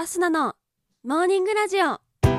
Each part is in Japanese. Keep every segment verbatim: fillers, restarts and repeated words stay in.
アスナのモーニングラジオ。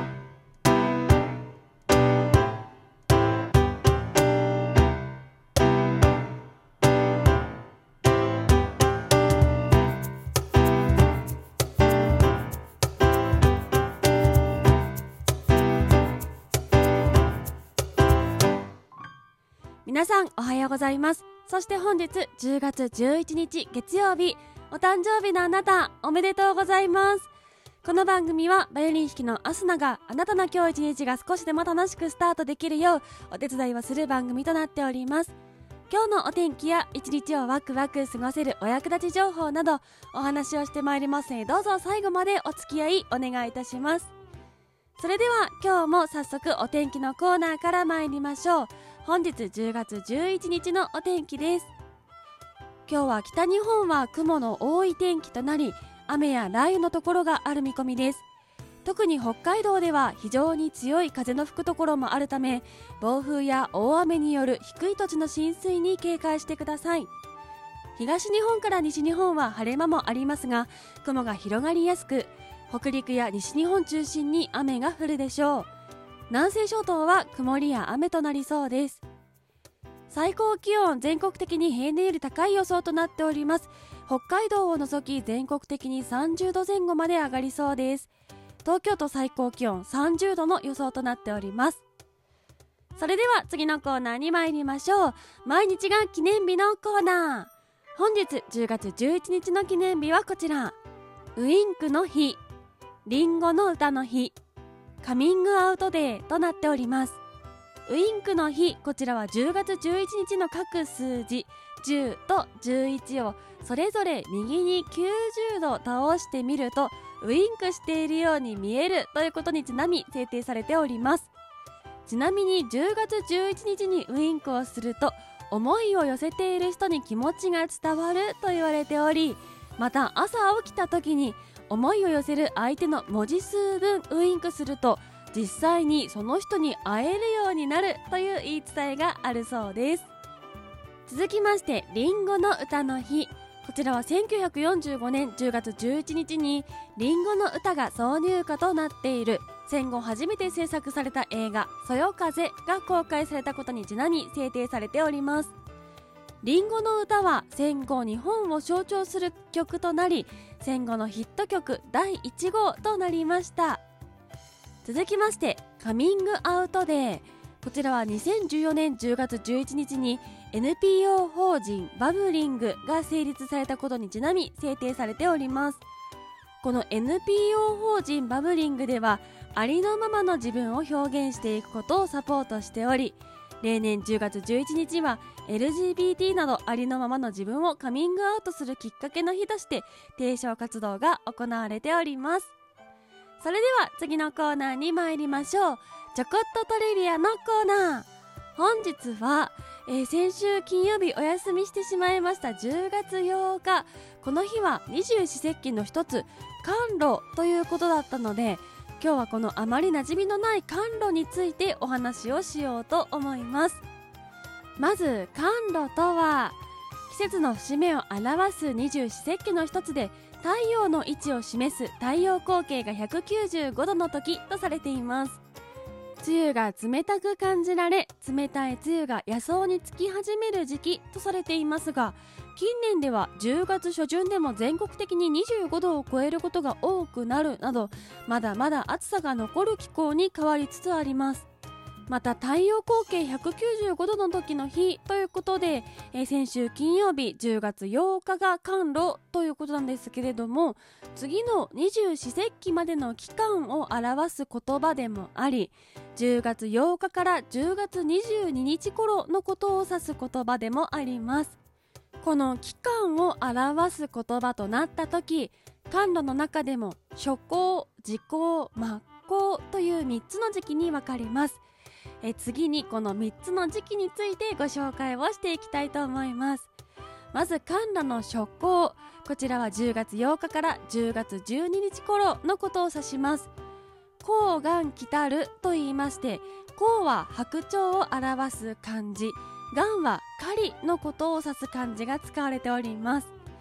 皆さんおはようございます。そして本日じゅうがつじゅういちにち月曜日、お誕生日のあなたおめでとうございます。この番組はバイオリン弾きのアスナがあなたの今日一日が少しでも楽しくスタートできるようお手伝いをする番組となっております。今日のお天気や一日をワクワク過ごせるお役立ち情報などお話をしてまいりますので、どうぞ最後までお付き合いお願いいたします。それでは今日も早速お天気のコーナーから参りましょう。本日じゅうがつじゅういちにちのお天気です。今日は北日本は雲の多い天気となり、雨や雷雨のところがある見込みです。特に北海道では非常に強い風の吹くところもあるため、暴風や大雨による低い土地の浸水に警戒してください。東日本から西日本は晴れ間もありますが、雲が広がりやすく、北陸や西日本中心に雨が降るでしょう。南西諸島は曇りや雨となりそうです。最高気温全国的に平年より高い予想となっております。北海道を除き全国的にさんじゅうどぜん後まで上がりそうです。東京都最高気温さんじゅうどの予想となっております。それでは次のコーナーに参りましょう。毎日が記念日のコーナー。本日じゅうがつじゅういちにちの記念日はこちら。ウインクの日、リンゴの歌の日、カミングアウトデーとなっております。ウインクの日、こちらはじゅうがつじゅういちにちの各数字じゅうとじゅういちをそれぞれ右にきゅうじゅうど倒してみるとウインクしているように見えるということにちなみ制定されております。ちなみにじゅうがつじゅういちにちにウインクをすると思いを寄せている人に気持ちが伝わると言われており、また朝起きた時に思いを寄せる相手の文字数分ウインクすると実際にその人に会えるようになるという言い伝えがあるそうです。続きましてリンゴの歌の日、こちらはせんきゅうひゃくよんじゅうごねんじゅうがつじゅういちにちにリンゴの歌が挿入歌となっている戦後初めて制作された映画そよ風が公開されたことにちなみ制定されております。リンゴの歌は戦後日本を象徴する曲となり、戦後のヒット曲だいいちごうとなりました。続きましてカミングアウトデー、こちらはにせんじゅうよねんじゅうがつじゅういちにちに エヌピーオー 法人バブリングが成立されたことにちなみ制定されております。この エヌピーオー 法人バブリングではありのままの自分を表現していくことをサポートしており、例年じゅうがつじゅういちにちは エルジービーティー などありのままの自分をカミングアウトするきっかけの日として提唱活動が行われております。それでは次のコーナーに参りましょう。ちょこっとトリビアのコーナー。本日は、えー、先週金曜日お休みしてしまいましたじゅうがつようか、この日は二十四節気の一つ甘露ということだったので、今日はこのあまり馴染みのない甘露についてお話をしようと思います。まず甘露とは季節の節目を表す二十四節気の一つで、太陽の位置を示す太陽光景がひゃくきゅうじゅうごどの時とされています。梅雨が冷たく感じられ、冷たい梅雨が野草につき始める時期とされていますが、近年ではじゅうがつしょじゅんでも全国的ににじゅうごどを超えることが多くなるなど、まだまだ暑さが残る気候に変わりつつあります。また太陽光景ひゃくきゅうじゅうごどの時の日ということで、えー、先週金曜日じゅうがつようかが甘露ということなんですけれども、次の二十四節気までの期間を表す言葉でもあり、じゅうがつようかからじゅうがつにじゅうににち頃のことを指す言葉でもあります。この期間を表す言葉となった時、甘露の中でも初夏、時夏、末夏というみっつの時期に分かれます。え次にこのみっつの時期についてご紹介をしていきたいと思います。まず甘露の初夏、こちらはじゅうがつようかからじゅうがつじゅうににち頃のことを指します。黄岩来たると言いまして、黄は白鳥を表す漢字、岩は狩りのことを指す漢字が使われております。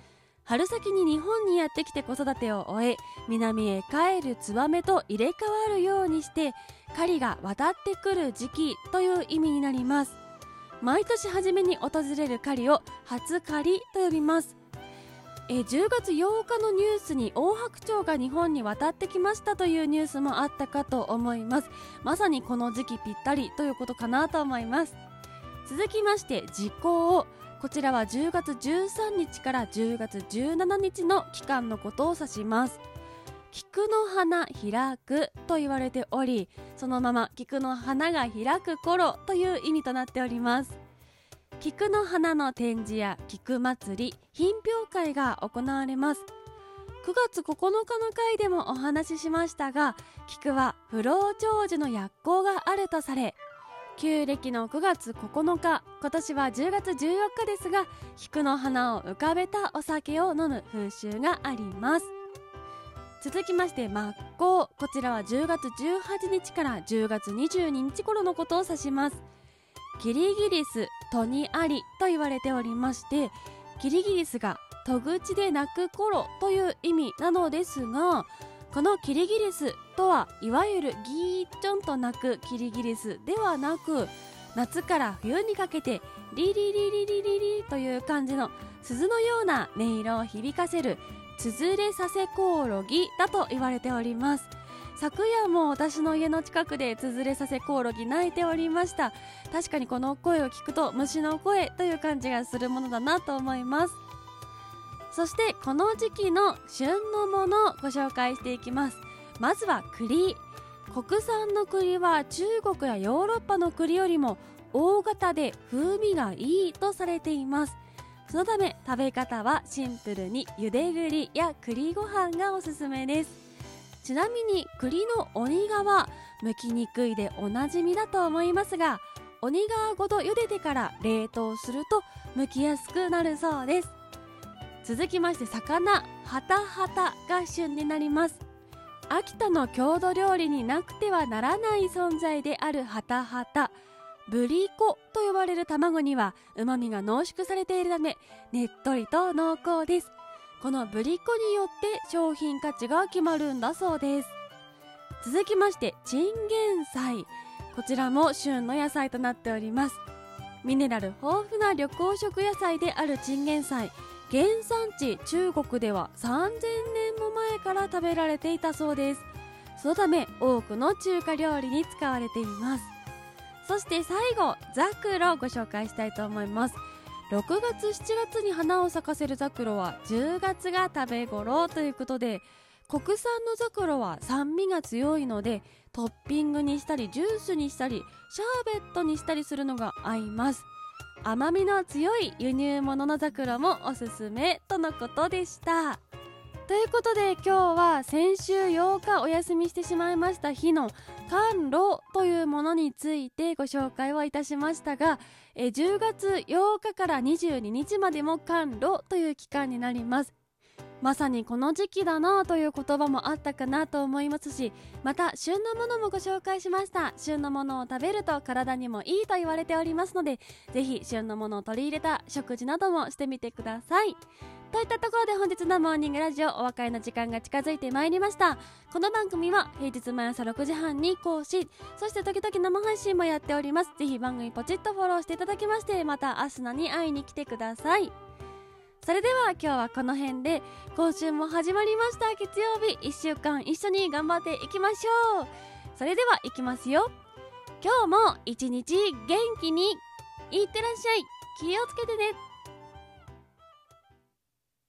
春先に日本にやってきて子育てを終え、南へ帰るツバメと入れ替わるようにして狩りが渡ってくる時期という意味になります。毎年初めに訪れる狩りを初狩りと呼びます。えじゅうがつようかのニュースにオオハクチョウが日本に渡ってきましたというニュースもあったかと思います。まさにこの時期ぴったりということかなと思います。続きまして時効、こちらはじゅうがつじゅうさんにちからじゅうがつじゅうしちにちの期間のことを指します。菊の花開くと言われており、そのまま菊の花が開く頃という意味となっております。菊の花の展示や菊祭り、品評会が行われます。くがつここのかの回でもお話ししましたが、菊は不老長寿の薬効があるとされ、旧暦のくがつここのか、今年はじゅうがつじゅうよっかですが、菊の花を浮かべたお酒を飲む風習があります。続きまして真っ向、こちらはじゅうがつじゅうはちにちからじゅうがつにじゅうににち頃のことを指します。キリギリス、戸にありと言われておりまして、キリギリスが戸口で鳴く頃という意味なのですが、このキリギリスとはいわゆるギーチョンと鳴くキリギリスではなく、夏から冬にかけてリリリリリリリという感じの鈴のような音色を響かせるつづれさせコオロギだと言われております。昨夜も私の家の近くでつづれさせコオロギ鳴いておりました。確かにこの声を聞くと虫の声という感じがするものだなと思います。そしてこの時期の旬のものをご紹介していきます。まずは栗。国産の栗は中国やヨーロッパの栗よりも大型で風味がいいとされています。そのため食べ方はシンプルに茹で栗や栗ご飯がおすすめです。ちなみに栗の鬼皮、剥きにくいでおなじみだと思いますが、鬼皮ごと茹でてから冷凍すると剥きやすくなるそうです。続きまして魚、ハタハタが旬になります。秋田の郷土料理になくてはならない存在であるハタハタ、ブリコと呼ばれる卵には旨味が濃縮されているため、ねっとりと濃厚です。このブリコによって商品価値が決まるんだそうです。続きましてチンゲン菜、こちらも旬の野菜となっております。ミネラル豊富な緑黄色野菜であるチンゲン菜、原産地中国ではさんぜんねんも前から食べられていたそうです。そのため多くの中華料理に使われています。そして最後、ザクロをご紹介したいと思います。ろくがつしちがつに花を咲かせるザクロはじゅうがつが食べ頃ということで、国産のザクロは酸味が強いのでトッピングにしたりジュースにしたりシャーベットにしたりするのが合います。甘みの強い輸入物のザクロもおすすめとのことでした。ということで今日は先週ようかお休みしてしまいました日の甘露というものについてご紹介をいたしましたが、えじゅうがつようかからにじゅうににちまでも甘露という期間になります。まさにこの時期だなという言葉もあったかなと思いますし、また旬のものもご紹介しました。旬のものを食べると体にもいいと言われておりますので、ぜひ旬のものを取り入れた食事などもしてみてください。といったところで本日のモーニングラジオお別れの時間が近づいてまいりました。この番組は平日毎朝ろくじはんに更新、そして時々生配信もやっております。ぜひ番組ポチッとフォローしていただきまして、またアスナに会いに来てください。それでは今日はこの辺で、今週も始まりました月曜日、いっしゅうかん一緒に頑張っていきましょう。それではいきますよ。今日も一日元気にいってらっしゃい。気をつけてね。